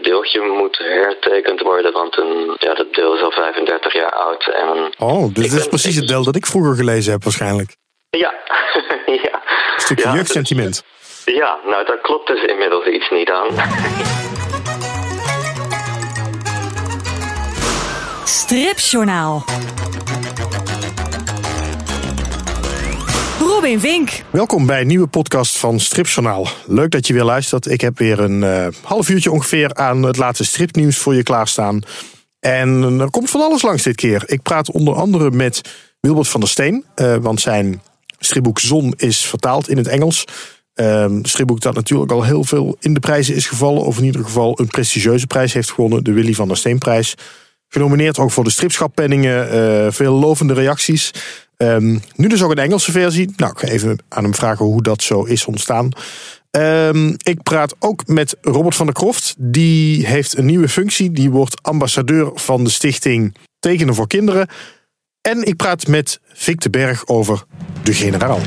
deeltje moet hertekend worden, want dat deel is al 35 jaar oud. Dus dit is precies het deel dat ik vroeger gelezen heb waarschijnlijk. Ja. Ja. Een stukje jeugdsentiment. Ja, nou daar klopt dus inmiddels iets niet aan. Stripjournaal. Robin Vink. Welkom bij een nieuwe podcast van Stripjournaal. Leuk dat je weer luistert. Ik heb weer een half uurtje ongeveer aan het laatste stripnieuws voor je klaarstaan. En er komt van alles langs dit keer. Ik praat onder andere met Wilbert van der Steen. Want zijn stripboek Zon is vertaald in het Engels. Een stripboek dat natuurlijk al heel veel in de prijzen is gevallen. Of in ieder geval een prestigieuze prijs heeft gewonnen. De Willy van der Steenprijs. Genomineerd ook voor de stripschappenningen. Veel lovende reacties. Nu dus ook een Engelse versie. Nou, ik ga even aan hem vragen hoe dat zo is ontstaan. Ik praat ook met Robert van der Kroft. Die heeft een nieuwe functie. Die wordt ambassadeur van de stichting Tekenen voor Kinderen. En ik praat met Vic de Berg over De Generaal.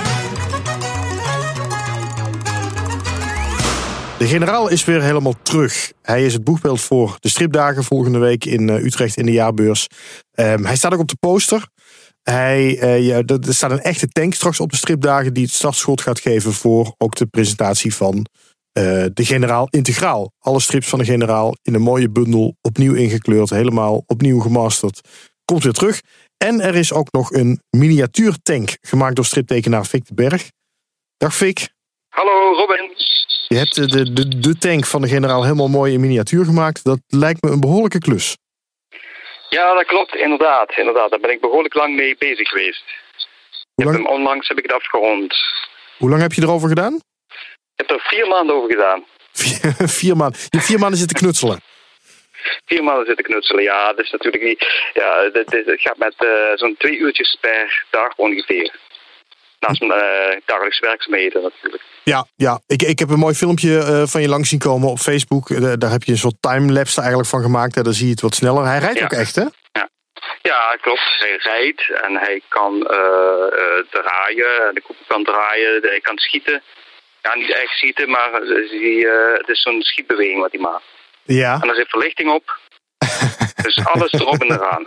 De Generaal is weer helemaal terug. Hij is het boegbeeld voor de stripdagen volgende week in Utrecht in de jaarbeurs. Hij staat ook op de poster. Er staat een echte tank straks op de stripdagen die het startschot gaat geven voor ook de presentatie van De Generaal Integraal. Alle strips van De Generaal in een mooie bundel, opnieuw ingekleurd, helemaal opnieuw gemasterd. Komt weer terug. En er is ook nog een miniatuurtank gemaakt door striptekenaar Vic de Berg. Dag Vic. Hallo Robin. Je hebt de tank van De Generaal helemaal mooi in miniatuur gemaakt. Dat lijkt me een behoorlijke klus. Ja, dat klopt, inderdaad. Daar ben ik behoorlijk lang mee bezig geweest. Onlangs heb ik het afgerond. Hoe lang heb je erover gedaan? Ik heb er 4 maanden over gedaan. 4 maanden? Je hebt 4 maanden zitten knutselen? 4 maanden zitten knutselen, ja. Dat is natuurlijk niet... Ja, het gaat met zo'n 2 uurtjes per dag ongeveer. Naast mijn dagelijkse werkzaamheden natuurlijk. Ja. Ik heb een mooi filmpje van je langs zien komen op Facebook. Daar heb je een soort timelapse eigenlijk van gemaakt. Daar zie je het wat sneller. Hij rijdt ook echt, hè? Ja, klopt. Hij rijdt en hij kan draaien. De koepel kan draaien. Hij kan schieten. Ja, niet echt schieten, maar het is zo'n schietbeweging wat hij maakt. Ja. En er zit verlichting op. Dus alles erop en eraan.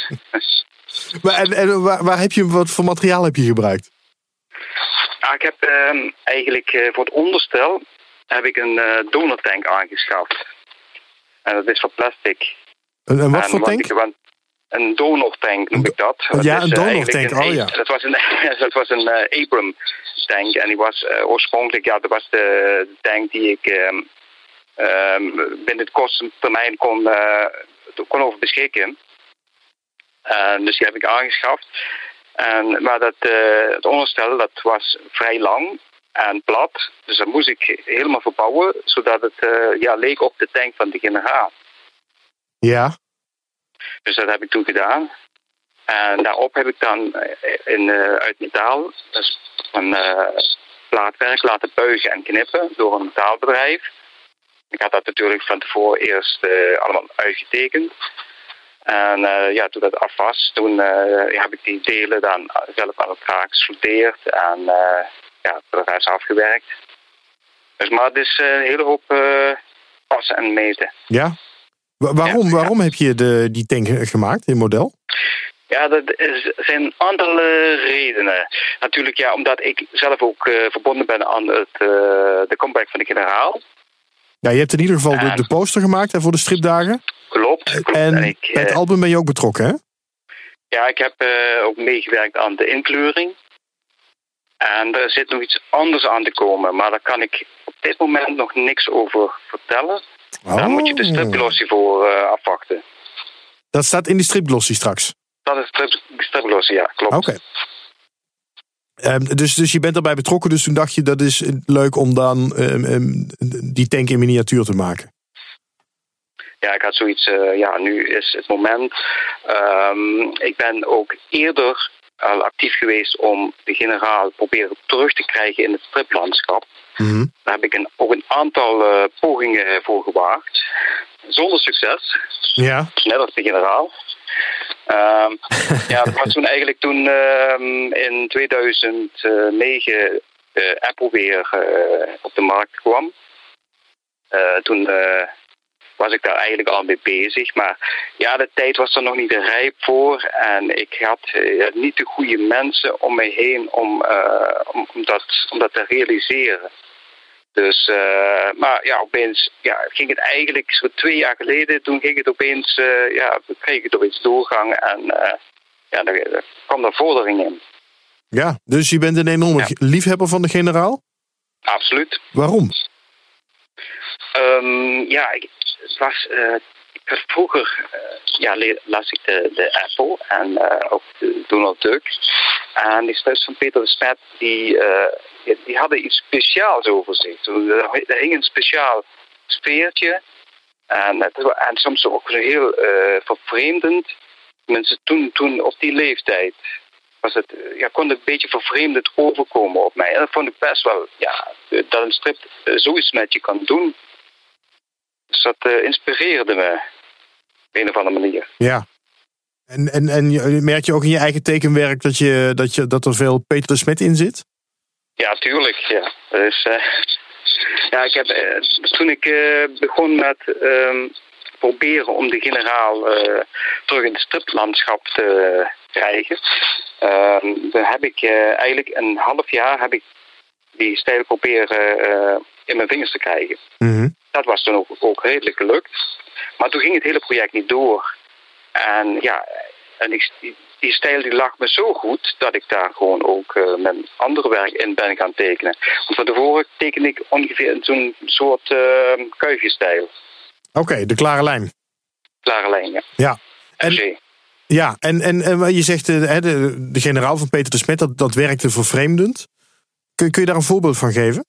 Wat voor materiaal heb je gebruikt? Ik heb eigenlijk voor het onderstel heb ik een donortank aangeschaft. En dat is van plastic. Een wat voor tank? Een donortank noem ik dat. Ja, een donortank, Dat was een Abram tank. En die was oorspronkelijk, dat was de tank die ik binnen de kortste termijn kon over beschikken. Dus die heb ik aangeschaft. Maar het onderstel dat was vrij lang en plat. Dus dat moest ik helemaal verbouwen, zodat het leek op de tank van De Generaal. Ja. Dus dat heb ik toen gedaan. En daarop heb ik dan uit metaal dus een plaatwerk laten buigen en knippen door een metaalbedrijf. Ik had dat natuurlijk van tevoren eerst allemaal uitgetekend. En toen dat af was, toen heb ik die delen dan zelf aan elkaar gesouteerd en voor de rest afgewerkt. Dus, maar het is een hele hoop passen en meten. Ja? Waarom heb je die tank gemaakt, dit model? Ja, zijn een aantal redenen. Natuurlijk, omdat ik zelf ook verbonden ben aan de comeback van De Generaal. Ja, je hebt in ieder geval de poster gemaakt voor de stripdagen. Klopt. En bij het album ben je ook betrokken, hè? Ja, ik heb ook meegewerkt aan de inkleuring. En er zit nog iets anders aan te komen. Maar daar kan ik op dit moment nog niks over vertellen. Daar moet je de stripglossie voor afwachten. Dat staat in de stripglossie straks? Dat is de stripglossie, ja, klopt. Oké. Dus je bent erbij betrokken, dus toen dacht je dat is leuk om dan die tank in miniatuur te maken. Ja, ik had zoiets, nu is het moment. Ik ben ook eerder al actief geweest om De Generaal proberen terug te krijgen in het striplandschap. Mm-hmm. Daar heb ik ook een aantal pogingen voor gewaagd. Zonder succes. Ja. Net als De Generaal. Dat was toen in 2009 Apple weer op de markt kwam. Toen was ik daar eigenlijk al mee bezig. Maar ja, de tijd was er nog niet rijp voor. En ik had niet de goede mensen om me heen om dat te realiseren. Dus, maar ja, opeens ging het eigenlijk zo 2 jaar geleden. Toen ging het opeens, kreeg ik opeens doorgang. En daar kwam er vordering in. Ja, dus je bent een enorme liefhebber van de generaal? Absoluut. Waarom? Ik had vroeger las ik de Apple en ook de Donald Duck. En die strips van Peter de Smet, die hadden iets speciaals over zich. Er hing een speciaal sfeertje. En soms ook heel vervreemdend. Mensen toen op die leeftijd kon het een beetje vervreemdend overkomen op mij. En dat vond ik best wel, dat een strip zoiets met je kan doen. Dus dat inspireerde me op een of andere manier. Ja. En merk je ook in je eigen tekenwerk dat er veel Peter de Smet in zit? Ja, tuurlijk. Ja. Dus, ik heb toen ik begon met proberen om de generaal terug in het striplandschap te krijgen, dan heb ik eigenlijk een half jaar die stijl proberen in mijn vingers te krijgen. Mm-hmm. Dat was toen ook redelijk gelukt. Maar toen ging het hele project niet door. En die stijl die lag me zo goed dat ik daar gewoon ook mijn andere werk in ben gaan tekenen. Want van tevoren teken ik ongeveer zo'n soort kuifjestijl. Oké, de klare lijn. Klare lijn, ja. Ja. En je zegt de generaal van Peter de Smet, dat werkte vervreemdend. Kun je daar een voorbeeld van geven?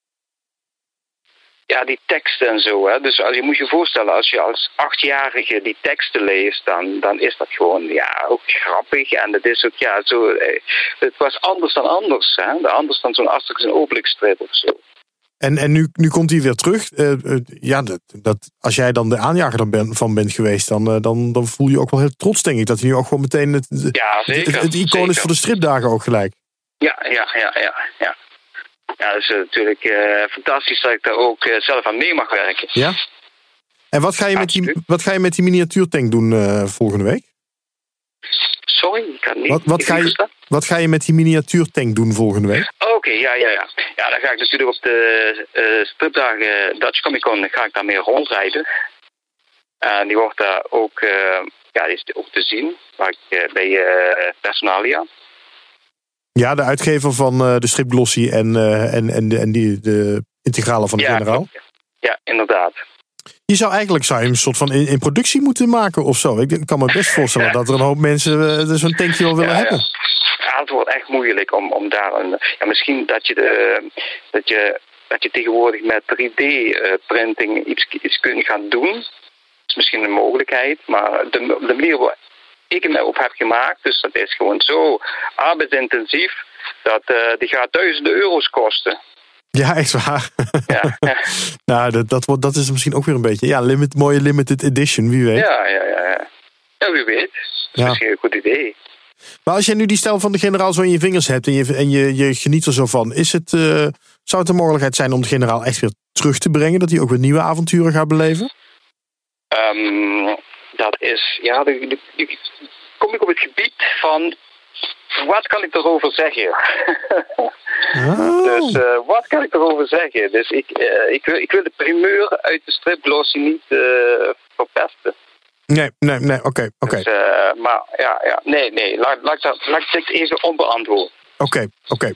Ja, die teksten en zo. Hè. Dus je moet je voorstellen, als je als 8-jarige die teksten leest, dan is dat gewoon ook grappig. En het is ook zo. Het was anders dan anders. Hè. Anders dan zo'n Asterix en Obelix strip of zo. En nu komt hij weer terug. Als jij dan de aanjager van bent geweest, dan voel je ook wel heel trots, denk ik. Dat hij nu ook gewoon meteen het icoon is voor de stripdagen ook gelijk. Ja. Ja, dat is natuurlijk fantastisch dat ik daar ook zelf aan mee mag werken. Ja? En wat ga je met die miniatuurtank doen volgende week? Sorry, ik kan niet. Wat ga je met die miniatuurtank doen volgende week? Oké, ja. Ja, dan ga ik natuurlijk op de stripdagen Dutch Comic Con ga ik daarmee rondrijden. En die wordt daar ook, die is ook te zien bij Personalia. Ja, de uitgever van de stripglossy en de integrale van de generaal. Ja, inderdaad. Je zou hem een soort van in productie moeten maken of zo. Ik kan me best voorstellen dat er een hoop mensen zo'n tankje wel willen hebben. Ja, het wordt echt moeilijk om daar een... Ja, misschien dat je tegenwoordig met 3D-printing iets kunt gaan doen. Dat is misschien een mogelijkheid. Maar de manier waarop ik hem op heb gemaakt, dus dat is gewoon zo arbeidsintensief, dat die gaat duizenden euro's kosten. Ja, echt waar. Ja. Nou, dat is misschien ook weer een beetje. Ja, mooie limited edition, wie weet. Ja. Ja, wie weet. Dat is misschien een goed idee. Maar als jij nu die stijl van de generaal zo in je vingers hebt en je geniet er zo van, zou het een mogelijkheid zijn om de generaal echt weer terug te brengen? Dat hij ook weer nieuwe avonturen gaat beleven? Dat is, kom ik op het gebied van, wat kan ik erover zeggen? Oh. Dus wat kan ik erover zeggen? Dus ik wil de primeur uit de stripglossy niet verpesten. Nee, oké. Dus, maar nee, laat ik dit even onbeantwoord. Oké.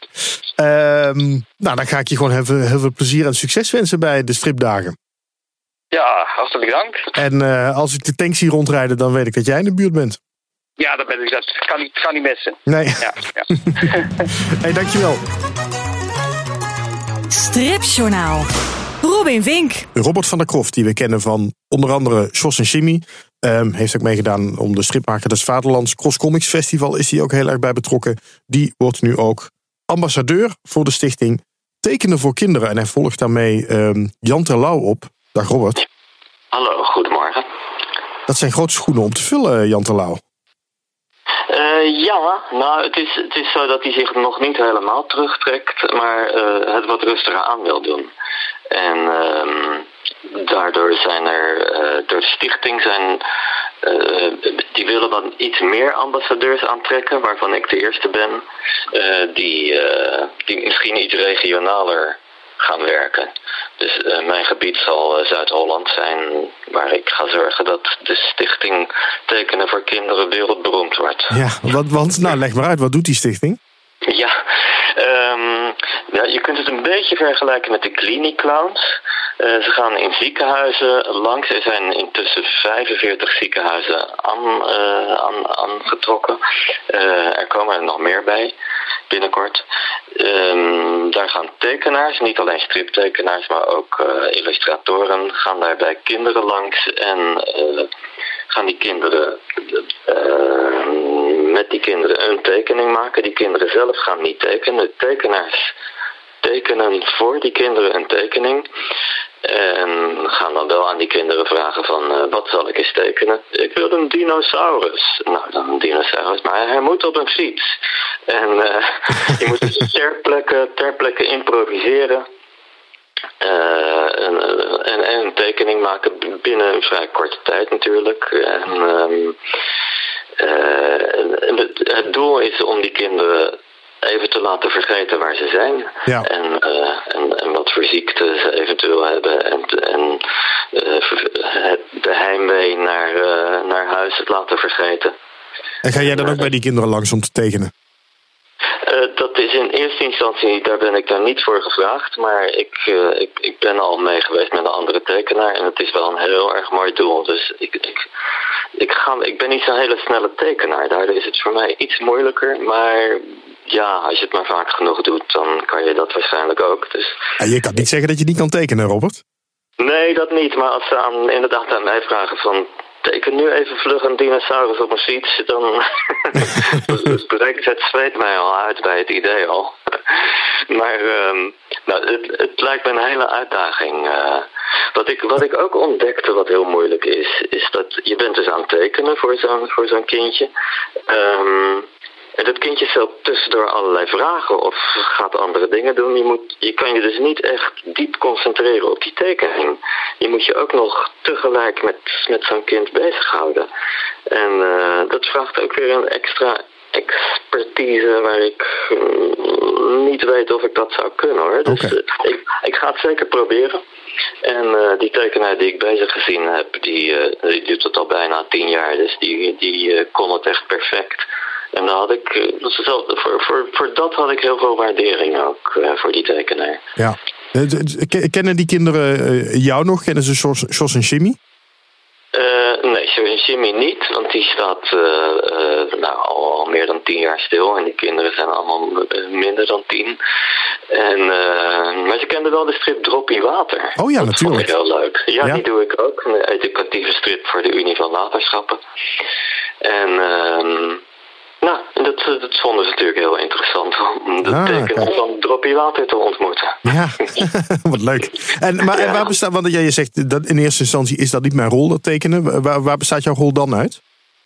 Dan ga ik je gewoon heel veel plezier en succes wensen bij de stripdagen. Ja, hartelijk dank. En als ik de tanks hier rondrijden, dan weet ik dat jij in de buurt bent. Ja, dat kan niet missen. Nee. Ja. Hey, dankjewel. Stripjournaal. Robin Vink. Robert van der Kroft, die we kennen van onder andere Sjors en Jimmy. Heeft ook meegedaan om de stripmaker des Vaderlands. Cross Comics Festival is hij ook heel erg bij betrokken. Die wordt nu ook ambassadeur voor de stichting Tekenen voor Kinderen. En hij volgt daarmee Jan Terlouw op. Dag Robert. Hallo, goedemorgen. Dat zijn grote schoenen om te vullen, Jan Terlouw. Het is zo dat hij zich nog niet helemaal terugtrekt, maar het wat rustiger aan wil doen. En Daardoor zijn er door de stichting die willen dan iets meer ambassadeurs aantrekken, waarvan ik de eerste ben, die misschien iets regionaler gaan werken. Dus mijn gebied zal Zuid-Holland zijn, waar ik ga zorgen dat de stichting Tekenen voor Kinderen wereldberoemd wordt. Ja, want leg maar uit, wat doet die stichting? Ja, je kunt het een beetje vergelijken met de Cliniclowns. Ze gaan in ziekenhuizen langs. Er zijn intussen 45 ziekenhuizen aangetrokken. Er komen er nog meer bij binnenkort. Daar gaan tekenaars, niet alleen striptekenaars, maar ook illustratoren, gaan daar bij kinderen langs en gaan die kinderen met die kinderen een tekening maken. Die kinderen zelf gaan niet tekenen. De tekenaars tekenen voor die kinderen een tekening. En gaan dan wel aan die kinderen vragen van, wat zal ik eens tekenen? Ik wil een dinosaurus. Nou, dan een dinosaurus, maar hij moet op een fiets. En je moet dus ter plekke improviseren. En een tekening maken binnen een vrij korte tijd natuurlijk. Het doel is om die kinderen even te laten vergeten waar ze zijn. Ja. En wat voor ziekte ze eventueel hebben. En de heimwee naar huis het laten vergeten. En ga jij dan ook bij die kinderen langs om te tekenen? Dat is in eerste instantie, daar ben ik dan niet voor gevraagd. Maar ik ben al mee geweest met een andere tekenaar. En het is wel een heel erg mooi doel. Dus ik ben niet zo'n hele snelle tekenaar. Daardoor is het voor mij iets moeilijker. Maar ja, als je het maar vaak genoeg doet, dan kan je dat waarschijnlijk ook. Dus je kan niet zeggen dat je niet kan tekenen, Robert? Nee, dat niet. Maar als ze inderdaad aan mij vragen van, teken nu even vlug een dinosaurus op een fiets, dan breekt het zweet mij al uit bij het idee al. Maar het lijkt me een hele uitdaging. Wat ik ook ontdekte wat heel moeilijk is dat je bent dus aan het tekenen voor zo'n kindje. En dat kindje stelt tussendoor allerlei vragen of gaat andere dingen doen. Je kan je dus niet echt diep concentreren op die tekening. Je moet je ook nog tegelijk met zo'n kind bezighouden. En dat vraagt ook weer een extra expertise waar ik niet weet of ik dat zou kunnen, hoor. Dus ik ga het zeker proberen. En die tekenaar die ik bezig gezien heb, die doet het al bijna 10 jaar. Dus die kon het echt perfect. En dan had ik, voor dat had ik heel veel waardering ook, voor die tekenaar. Ja. Kennen die kinderen jou nog? Kennen ze Jos en Jimmy? Nee, Jos en Jimmy niet, want die staat al meer dan 10 jaar stil. En die kinderen zijn allemaal minder dan 10. Maar ze kenden wel de strip Droppie Water. Oh ja, dat natuurlijk. Dat vond ik heel leuk. Ja, die doe ik ook. Een educatieve strip voor de Unie van Waterschappen. En dat vonden ze natuurlijk heel interessant om de tekenaar van Droppie Water te ontmoeten. Ja, wat leuk. En waar bestaat, want jij zegt dat in eerste instantie is dat niet mijn rol, dat tekenen. Waar bestaat jouw rol dan uit?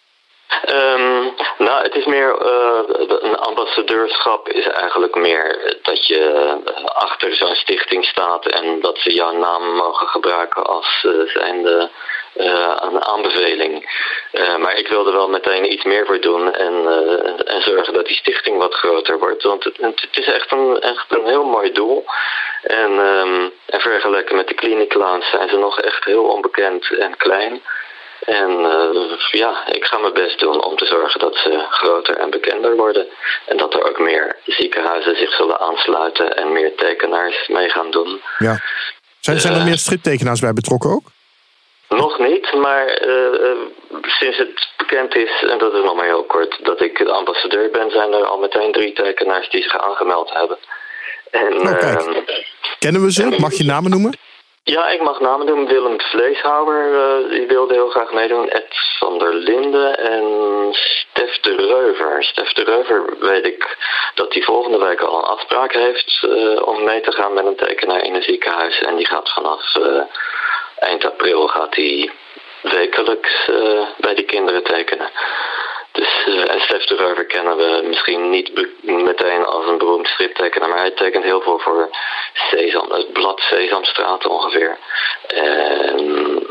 Het is meer, een ambassadeurschap is eigenlijk meer dat je achter zo'n stichting staat en dat ze jouw naam mogen gebruiken als zijnde een aanbeveling. Maar ik wilde wel meteen iets meer voor doen en zorgen dat die stichting wat groter wordt. Want het is echt een heel mooi doel. En vergeleken met de Cliniclowns zijn ze nog echt heel onbekend en klein. En ik ga mijn best doen om te zorgen dat ze groter en bekender worden. En dat er ook meer ziekenhuizen zich zullen aansluiten en meer tekenaars mee gaan doen. Ja. Zijn er meer striptekenaars bij betrokken ook? Nog niet, maar sinds het bekend is, en dat is nog maar heel kort, dat ik de ambassadeur ben, zijn er al meteen 3 tekenaars die zich aangemeld hebben. En, kennen we ze? Mag je namen noemen? Ja, ik mag namen noemen. Willem Vleeshouwer, die wilde heel graag meedoen. Ed van der Linden en Stef de Reuver. Stef de Reuver weet ik dat hij volgende week al een afspraak heeft om mee te gaan met een tekenaar in een ziekenhuis. En die gaat vanaf eind april wekelijks bij die kinderen tekenen. Dus, en Stef de Reuver kennen we misschien niet meteen als een beroemd striptekenaar, maar hij tekent heel veel voor het blad Sesamstraat ongeveer. En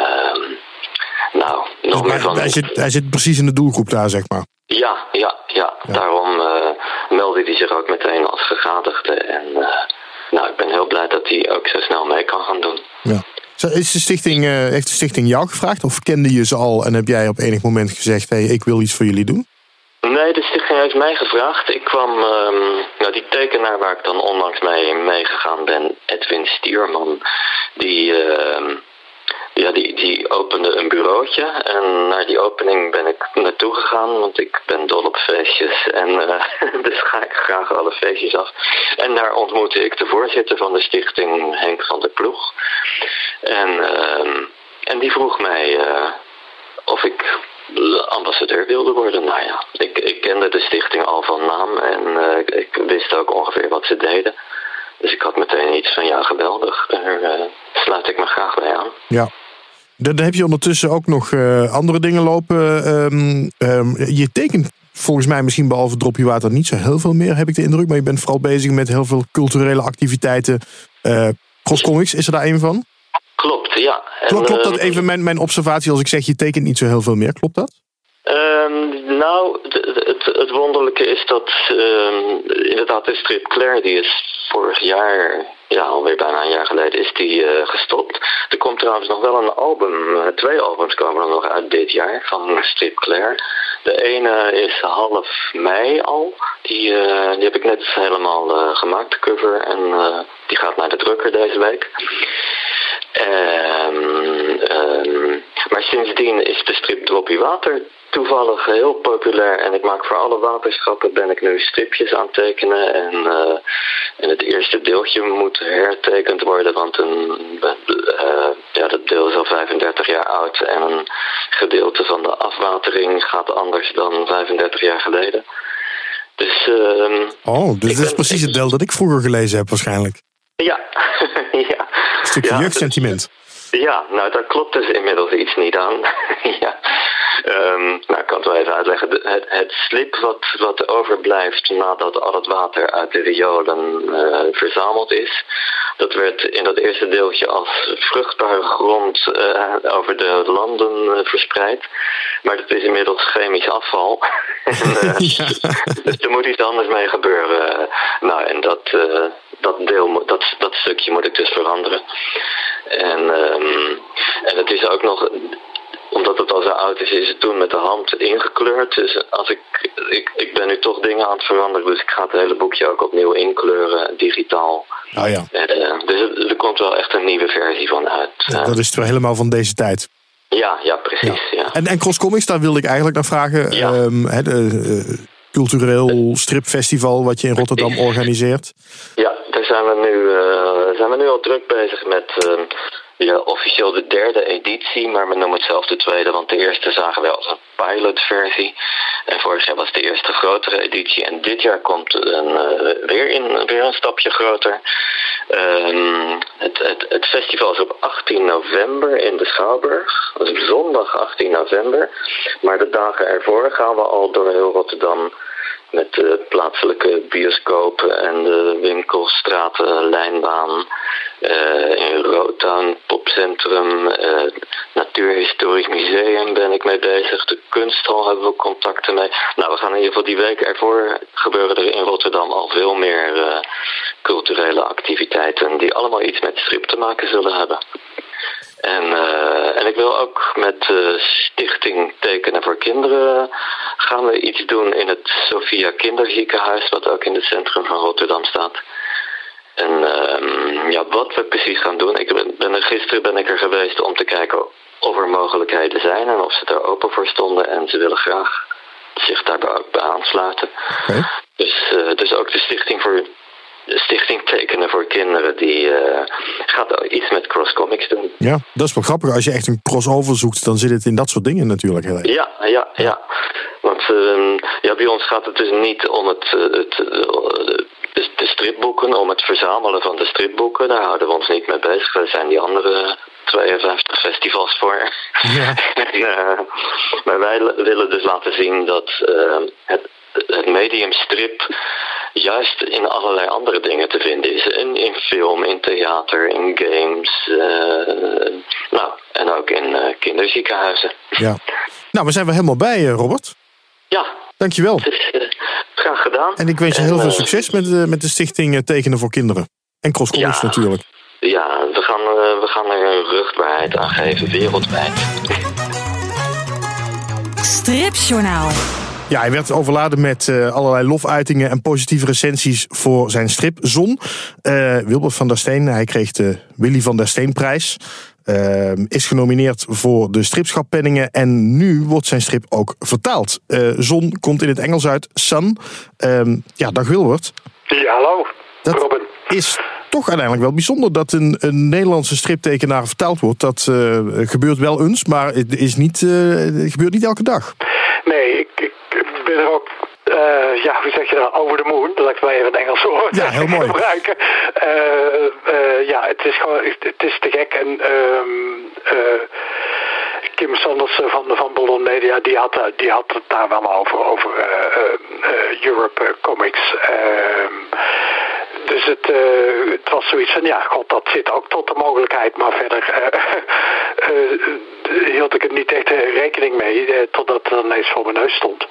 nog meer van... Hij zit precies in de doelgroep daar, zeg maar. Ja. Daarom meldde hij zich ook meteen als gegadigde. En ik ben heel blij dat hij ook zo snel mee kan gaan doen. Ja. Heeft de stichting jou gevraagd of kende je ze al en heb jij op enig moment gezegd, hey, ik wil iets voor jullie doen? Nee, de stichting heeft mij gevraagd. Ik kwam, die tekenaar waar ik dan onlangs mee meegegaan ben, Edwin Stierman, die opende een bureautje. En naar die opening ben ik naartoe gegaan, want ik ben dol op feestjes. En dus ga ik graag alle feestjes af. En daar ontmoette ik de voorzitter van de stichting, Henk van der Ploeg. En die vroeg mij of ik ambassadeur wilde worden. Nou ja, ik kende de stichting al van naam en ik wist ook ongeveer wat ze deden. Dus ik had meteen iets van, ja, geweldig. Daar sluit ik me graag bij aan. Ja. Dan heb je ondertussen ook nog andere dingen lopen. Je tekent volgens mij misschien behalve Droppie Water niet zo heel veel meer, heb ik de indruk. Maar je bent vooral bezig met heel veel culturele activiteiten. Crosscomics, is er daar een van? Klopt, ja. Klopt dat even mijn observatie als ik zeg je tekent niet zo heel veel meer? Klopt dat? Het wonderlijke is dat inderdaad de strip Claire, die is vorig jaar, alweer bijna een jaar geleden, is die gestopt. Er komt trouwens nog wel een album, 2 albums komen er nog uit dit jaar van strip Claire. De ene is half mei al, die heb ik net helemaal gemaakt, de cover, en die gaat naar de drukker deze week. Maar sindsdien is de strip Droppie Water toevallig heel populair en ik maak voor alle waterschappen ben ik nu stripjes aan het tekenen en het eerste deeltje moet hertekend worden, want dat deel is al 35 jaar oud en een gedeelte van de afwatering gaat anders dan 35 jaar geleden. Dus dit is precies het deel dat ik vroeger gelezen heb waarschijnlijk. Ja. Ja. Een stukje jeugdsentiment. Ja, daar klopt dus inmiddels iets niet aan. Ja. Ik kan het wel even uitleggen. Het slip wat overblijft nadat al het water uit de riolen verzameld is, dat werd in dat eerste deeltje als vruchtbare grond over de landen verspreid. Maar dat is inmiddels chemisch afval. Dus er moet iets anders mee gebeuren. En dat stukje moet ik dus veranderen. En het is ook nog, omdat het al zo oud is het toen met de hand ingekleurd. Dus ik ben nu toch dingen aan het veranderen, dus ik ga het hele boekje ook opnieuw inkleuren, digitaal. Oh ja. Dus er komt wel echt een nieuwe versie van uit. Dat is wel helemaal van deze tijd. Ja, precies. Ja. En Crosscomics, daar wilde ik eigenlijk naar vragen. Ja. Cultureel stripfestival wat je in Rotterdam organiseert. Ja, daar zijn we nu al druk bezig met officieel de 3e editie, maar we noemen het zelf de 2e, want de eerste zagen we als een pilotversie. En vorig jaar was de eerste grotere editie en dit jaar komt weer een stapje groter. Het festival is op 18 november in de Schouwburg. Dat is op zondag 18 november. Maar de dagen ervoor gaan we al door heel Rotterdam met de plaatselijke bioscopen en de winkelstraten, lijnbaan, in Rotown, Popcentrum, Natuurhistorisch Museum ben ik mee bezig. De Kunsthal hebben we contacten mee. We gaan in ieder geval die week ervoor gebeuren er in Rotterdam al veel meer culturele activiteiten die allemaal iets met strip te maken zullen hebben. En ik wil ook met de Stichting Tekenen voor Kinderen gaan we iets doen in het Sophia Kinderziekenhuis, wat ook in het centrum van Rotterdam staat. En wat we precies gaan doen, gisteren ben ik er geweest om te kijken of er mogelijkheden zijn en of ze er open voor stonden en ze willen graag zich daarbij ook bij aansluiten. Okay. Dus ook de Stichting Tekenen voor Kinderen, die gaat iets met Crosscomics doen. Ja, dat is wel grappig. Als je echt een crossover zoekt, dan zit het in dat soort dingen natuurlijk heel erg. Ja. Want bij ons gaat het dus niet om de stripboeken, om het verzamelen van de stripboeken. Daar houden we ons niet mee bezig. Dat zijn die andere 52 festivals voor. Ja. Maar wij willen dus laten zien dat het medium strip juist in allerlei andere dingen te vinden is. In film, in theater, in games. En ook in kinderziekenhuizen. Ja. Nou, we zijn wel helemaal bij, Robert. Ja. Dankjewel. Het is graag gedaan. En ik wens je heel veel succes met de stichting Tekenen voor Kinderen. En Cross Comics natuurlijk. Ja, we gaan er een ruchtbaarheid aan geven, wereldwijd. Stripjournaal. Ja, hij werd overladen met allerlei lofuitingen en positieve recensies voor zijn strip Zon. Wilbert van der Steen, hij kreeg de Willy van der Steenprijs. Is genomineerd voor de stripschappenningen en nu wordt zijn strip ook vertaald. Zon komt in het Engels uit, Sun. Dag Wilbert. Ja, hallo. Dat Robin. Is toch uiteindelijk wel bijzonder dat een Nederlandse striptekenaar vertaald wordt. Dat gebeurt wel eens, maar het gebeurt niet elke dag. Nee, ik ben er ook, hoe zeg je dat, over de moon. Dat ik maar even het Engels woord heel mooi. gebruiken. Het is gewoon, het is te gek. En Kim Sanders van Ballon Media, die had het daar wel over Europe Comics. Dus het was zoiets van, dat zit ook tot de mogelijkheid. Maar verder hield ik er niet echt rekening mee, totdat het ineens voor mijn neus stond.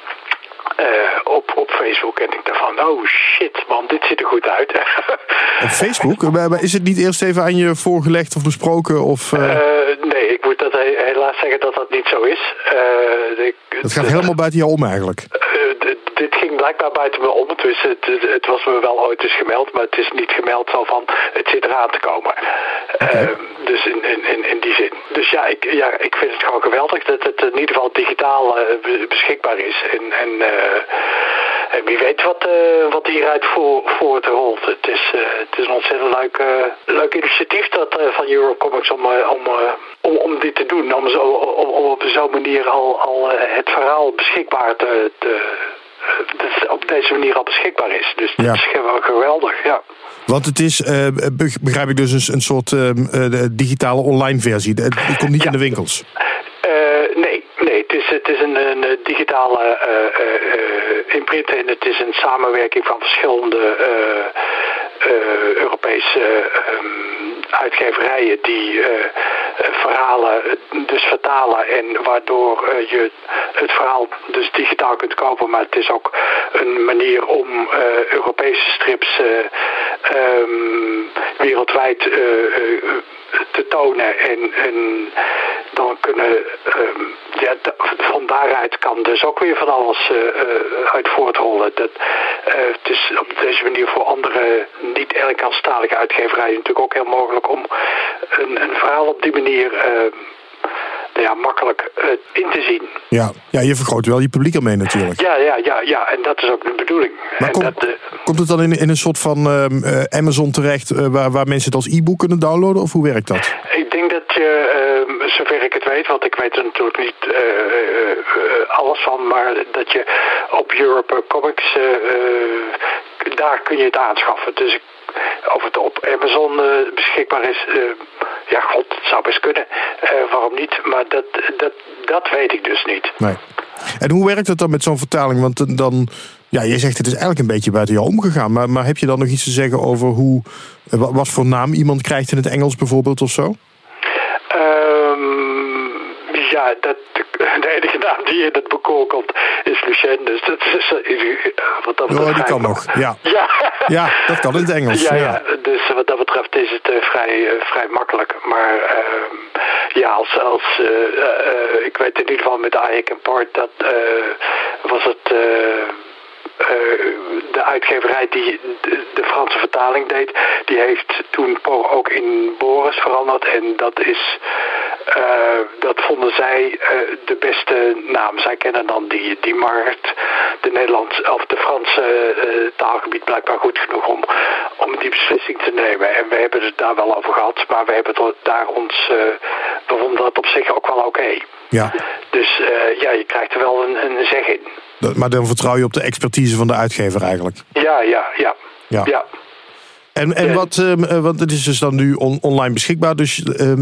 Op Facebook en ik dacht van, oh shit man, dit ziet er goed uit. Op Facebook? Maar is het niet eerst even aan je voorgelegd of besproken? Of, Nee, ik moet dat helaas zeggen dat dat niet zo is. Het gaat helemaal buiten jou om eigenlijk. Dit ging blijkbaar buiten me om. Dus het was me wel ooit eens gemeld, maar het is niet gemeld zo van het zit eraan te komen. Okay. Dus in die zin. Dus ik vind het gewoon geweldig dat het in ieder geval digitaal beschikbaar is. En wie weet wat hieruit voortrolt. Het is een ontzettend leuk initiatief van Eurocomics om dit te doen. Om op zo'n manier al het verhaal beschikbaar op deze manier al beschikbaar is. Dus dat is gewoon geweldig, ja. Want het is, begrijp ik dus, een soort digitale online versie. Het komt niet in de winkels. Nee, het is een digitale imprint en het is een samenwerking van verschillende Europese uitgeverijen die verhalen dus vertalen en waardoor je het verhaal dus digitaal kunt kopen, maar het is ook een manier om Europese strips wereldwijd te tonen en dan kunnen van daaruit kan dus ook weer van alles uit voortrollen. Het is op deze manier voor andere niet Nederlandstalige uitgeverijen natuurlijk ook heel mogelijk om een verhaal op die manier makkelijk in te zien. Ja, je vergroot wel je publiek ermee natuurlijk. Ja, en dat is ook de bedoeling. Maar komt het dan in een soort van Amazon terecht waar mensen het als e-book kunnen downloaden? Of hoe werkt dat? Ik denk dat je, zover ik het weet, want ik weet er natuurlijk niet alles van, maar dat je op Europe Comics, daar kun je het aanschaffen. Dus of het op Amazon beschikbaar is, het zou best kunnen. Waarom niet? Maar dat weet ik dus niet. Nee. En hoe werkt het dan met zo'n vertaling? Want dan, je zegt het is eigenlijk een beetje buiten jou omgegaan. Maar heb je dan nog iets te zeggen over wat voor naam iemand krijgt in het Engels bijvoorbeeld of zo? De enige naam die in het boek komt is Lucien. Dus dat is wat dat betreft. Die kan nog. Ja, dat kan in het Engels. Ja. Dus wat dat betreft is het vrij makkelijk. Maar ik weet in ieder geval met Ayek en Port, dat was het de uitgeverij die de Franse vertaling deed, die heeft toen ook in Boris veranderd en dat vonden zij de beste naam. Zij kennen dan die markt, de Nederlandse of de Franse taalgebied blijkbaar goed genoeg om die beslissing te nemen. En we hebben het daar wel over gehad, maar we hebben we vonden dat op zich ook wel oké. Ja. Dus je krijgt er wel een zeg in. Maar dan vertrouw je op de expertise van de uitgever eigenlijk? Ja. En wat, want het is dus dan nu online beschikbaar. Dus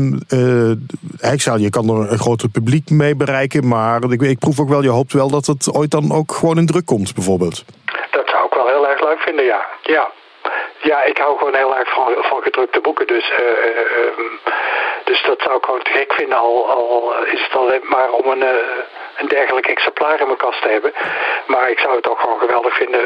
je kan er een groter publiek mee bereiken. Maar ik proef ook wel, je hoopt wel dat het ooit dan ook gewoon in druk komt, bijvoorbeeld. Dat zou ik wel heel erg leuk vinden, ja. Ja, ik hou gewoon heel erg van gedrukte boeken. Dus dat zou ik gewoon te gek vinden. Al is het alleen maar om een dergelijk exemplaar in mijn kast te hebben. Maar ik zou het ook gewoon geweldig vinden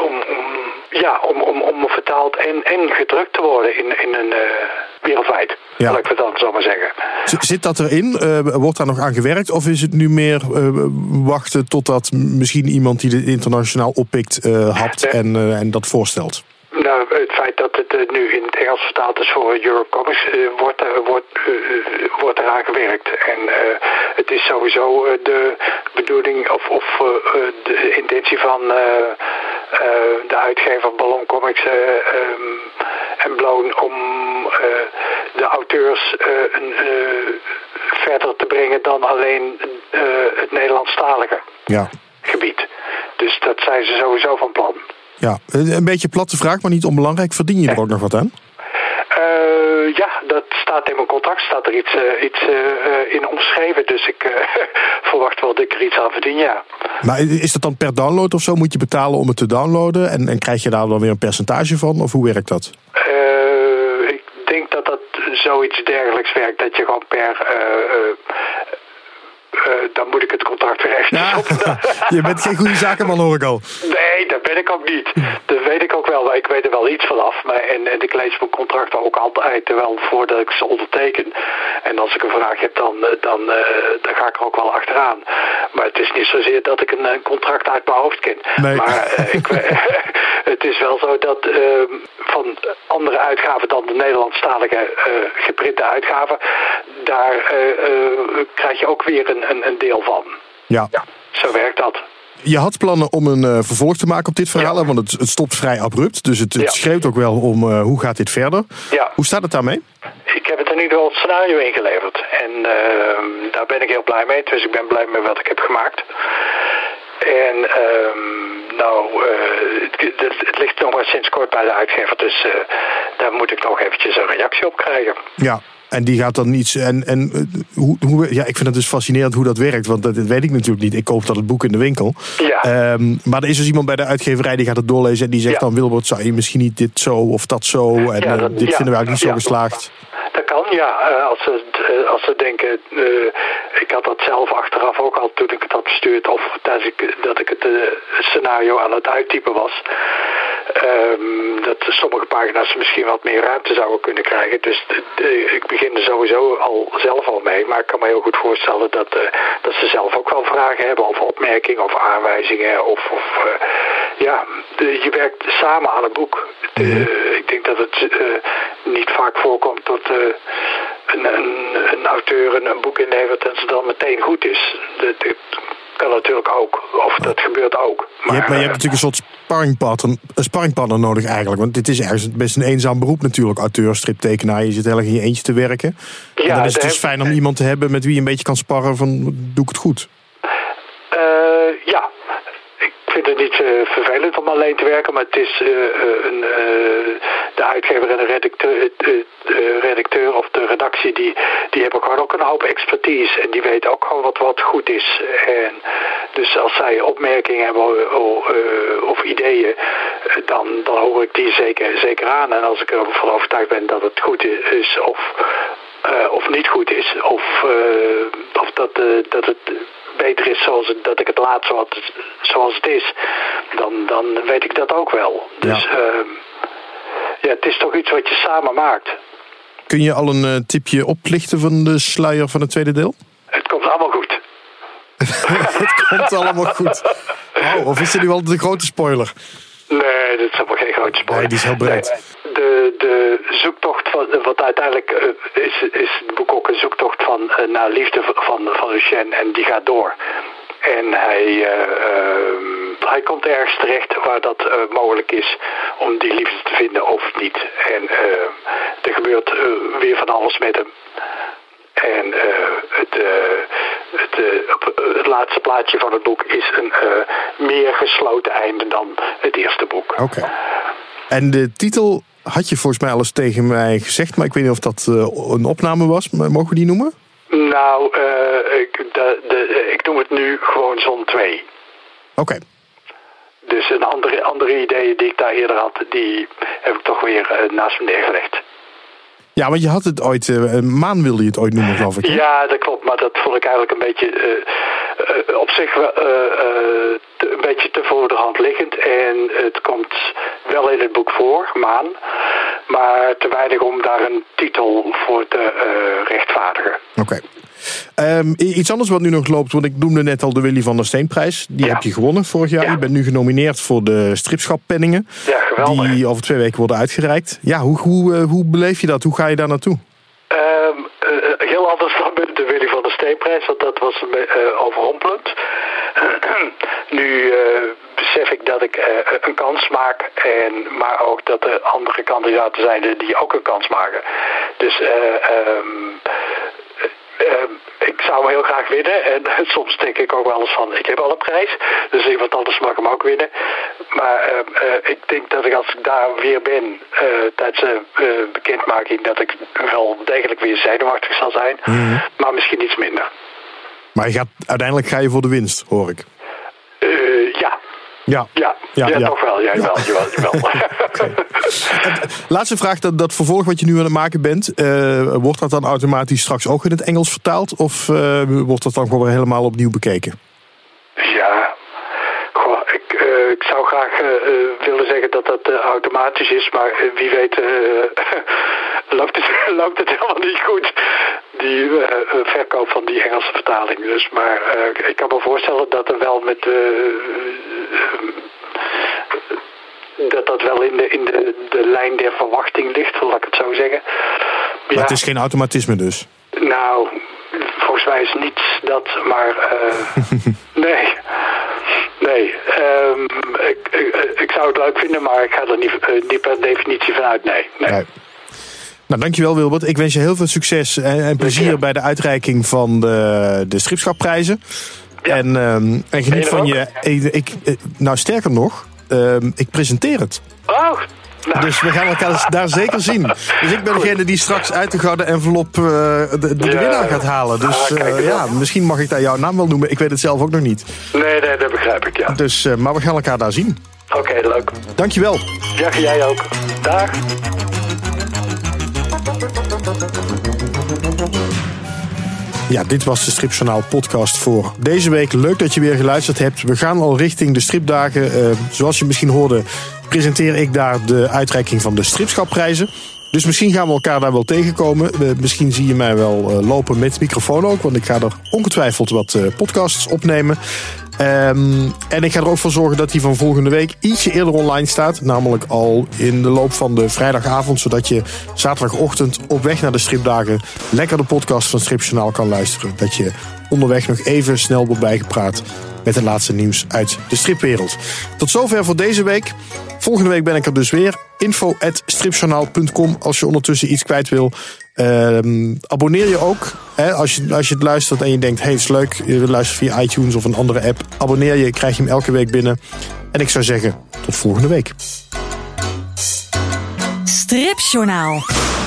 om vertaald en gedrukt te worden in een wereldwijd. Ja. Laat ik het dan zo maar zeggen. Zit dat erin? Wordt daar nog aan gewerkt? Of is het nu meer wachten totdat misschien iemand die dit internationaal oppikt hapt en dat voorstelt? Nou, het feit dat het nu in het Engels vertaald is voor Eurocomics, wordt eraan gewerkt. En het is sowieso de bedoeling of de intentie van de uitgever Ballon Comics en Blown om de auteurs verder te brengen dan alleen het Nederlandstalige gebied. Dus dat zijn ze sowieso van plan. Ja, een beetje platte vraag, maar niet onbelangrijk. Verdien je er ook nog wat aan? Ja, dat staat in mijn contract. Staat er iets in omschreven. Dus ik verwacht wel dat ik er iets aan verdien, ja. Maar is dat dan per download of zo? Moet je betalen om het te downloaden? En krijg je daar dan weer een percentage van? Of hoe werkt dat? Ik denk dat zoiets dergelijks werkt. Dat je gewoon per... dan moet ik het contract weer eventjes op. Je bent geen goede zakenman, hoor ik al. Nee, dat ben ik ook niet. Dat weet ik ook wel. Ik weet er wel iets vanaf. En ik lees mijn contracten ook altijd wel voordat ik ze onderteken. En als ik een vraag heb, dan ga ik er ook wel achteraan. Maar het is niet zozeer dat ik een contract uit mijn hoofd ken. Nee. Maar het is wel zo dat van andere uitgaven dan de Nederlandstalige geprinte uitgaven, daar krijg je ook weer een deel van. Ja. Zo werkt dat. Je had plannen om een vervolg te maken op dit verhaal, want het stopt vrij abrupt. Dus het schreeuwt ook wel om hoe gaat dit verder. Ja. Hoe staat het daarmee? Ik heb het in ieder geval het scenario ingeleverd. En daar ben ik heel blij mee. Dus ik ben blij met wat ik heb gemaakt. En het ligt nog maar sinds kort bij de uitgever. Dus daar moet ik nog eventjes een reactie op krijgen. Ja. En die gaat dan niets. Ik vind het dus fascinerend hoe dat werkt. Want dat weet ik natuurlijk niet. Ik koop dat het boek in de winkel. Ja. Maar er is dus iemand bij de uitgeverij die gaat het doorlezen. En die zegt dan: Wilbert, zou je misschien niet dit zo of dat zo? En dit vinden we eigenlijk niet zo geslaagd. Dat kan, ja. Als ze denken... ik had dat zelf achteraf ook al toen ik het had bestuurd. Of tijdens dat ik het scenario aan het uittypen was. Dat sommige pagina's misschien wat meer ruimte zouden kunnen krijgen. Dus ik begin er sowieso zelf al mee. Maar ik kan me heel goed voorstellen dat ze zelf ook wel vragen hebben. Of opmerkingen of aanwijzingen. Je werkt samen aan een boek. Ik denk dat het niet vaak voorkomt dat een auteur een boek inlevert en ze dan meteen goed is. Dat kan natuurlijk ook. Of dat gebeurt ook. Maar je hebt natuurlijk een soort sparringpartner nodig eigenlijk. Want dit is ergens best een eenzaam beroep natuurlijk. Auteur, striptekenaar, je zit heel erg in je eentje te werken. Ja, en dan is het dus fijn om iemand te hebben met wie je een beetje kan sparren van doe ik het goed? Ja. Ik vind het niet vervelend om alleen te werken, maar het is de uitgever en de redacteur of de redactie, die hebben gewoon ook een hoop expertise en die weten ook gewoon wat goed is. En dus als zij opmerkingen hebben of ideeën, dan hoor ik die zeker aan. En als ik ervan overtuigd ben dat het goed is of niet goed is, of dat het beter is dat ik het laat zoals het is, dan weet ik dat ook wel. Dus het is toch iets wat je samen maakt. Kun je al een tipje oplichten van de sluier van het tweede deel? Het komt allemaal goed. Het komt allemaal goed. Oh, of is dit nu al de grote spoiler? Nee, dat is helemaal geen grote spoiler. Nee, die is heel breed. Nee. De zoektocht wat uiteindelijk is het boek ook een zoektocht naar liefde van Lucien en die gaat door. En hij komt ergens terecht waar dat mogelijk is om die liefde te vinden of niet. En er gebeurt weer van alles met hem. En het laatste plaatje van het boek is een meer gesloten einde dan het eerste boek. Oké. En de titel had je volgens mij al eens tegen mij gezegd, maar ik weet niet of dat een opname was. Mogen we die noemen? Nou, ik noem het nu gewoon Zon 2. Oké. Dus een andere ideeën die ik daar eerder had, die heb ik toch weer naast me neergelegd. Ja, want je had het ooit, Maan wilde je het ooit noemen, geloof ik. Hè? Ja, dat klopt, maar dat vond ik eigenlijk een beetje op zich een beetje te voor de hand liggend. En het komt wel in het boek voor, Maan, maar te weinig om daar een titel voor te rechtvaardigen. Oké. Iets anders wat nu nog loopt, want ik noemde net al de Willy van der Steenprijs. Die heb je gewonnen vorig jaar. Ja. Je bent nu genomineerd voor de stripschappenningen. Ja, geweldig. Die over 2 weken worden uitgereikt. Ja, hoe beleef je dat? Hoe ga je daar naartoe? Heel anders dan met de Willy van der Steenprijs, want dat was overrompelend. Nu besef ik dat ik een kans maak, maar ook dat er andere kandidaten zijn die ook een kans maken. Dus ik zou hem heel graag winnen en soms denk ik ook wel eens van ik heb al een prijs, dus iemand anders mag hem ook winnen. Maar ik denk dat ik als ik daar weer ben tijdens de bekendmaking dat ik wel degelijk weer zenuwachtig zal zijn, maar misschien iets minder. Maar uiteindelijk ga je voor de winst, hoor ik. Ja, toch wel. Jawel. Okay. Laatste vraag, dat vervolg wat je nu aan het maken bent, wordt dat dan automatisch straks ook in het Engels vertaald? Of wordt dat dan gewoon helemaal opnieuw bekeken? Ja, ik zou graag willen zeggen dat dat automatisch is, maar wie weet loopt het helemaal niet goed. Die verkoop van die Engelse vertaling. Dus, maar ik kan me voorstellen dat er wel met dat wel in de lijn der verwachting ligt, laat ik het zo zeggen. Maar het is geen automatisme dus? Nou, volgens mij is niets dat, maar nee. Ik zou het leuk vinden, maar ik ga er niet per definitie van uit, nee. Nou, dankjewel Wilbert. Ik wens je heel veel succes en plezier bij de uitreiking van de stripschapprijzen. Ja. En geniet van je... Nou, sterker nog, ik presenteer het. Oh! Nou. Dus we gaan elkaar daar zeker zien. Dus ik ben degene die straks uit de gouden envelop de winnaar gaat halen. Dus misschien mag ik daar jouw naam wel noemen. Ik weet het zelf ook nog niet. Nee, dat begrijp ik, ja. Dus, maar we gaan elkaar daar zien. Oké, leuk. Dankjewel. Ja, jij ook. Dag. Ja, dit was de Stripjournaal podcast voor deze week. Leuk dat je weer geluisterd hebt. We gaan al richting de stripdagen. Zoals je misschien hoorde, presenteer ik daar de uitreiking van de stripschapprijzen. Dus misschien gaan we elkaar daar wel tegenkomen. Misschien zie je mij wel lopen met microfoon ook, want ik ga er ongetwijfeld wat podcasts opnemen. En ik ga er ook voor zorgen dat die van volgende week ietsje eerder online staat. Namelijk al in de loop van de vrijdagavond. Zodat je zaterdagochtend op weg naar de stripdagen lekker de podcast van Stripjournaal kan luisteren. Dat je onderweg nog even snel wordt bijgepraat met het laatste nieuws uit de stripwereld. Tot zover voor deze week. Volgende week ben ik er dus weer. info@stripjournaal.com als je ondertussen iets kwijt wil. Abonneer je ook. Als je het luistert en je denkt, hey, is leuk, je luistert via iTunes of een andere app. Abonneer je, krijg je hem elke week binnen. En ik zou zeggen, tot volgende week. Stripjournaal.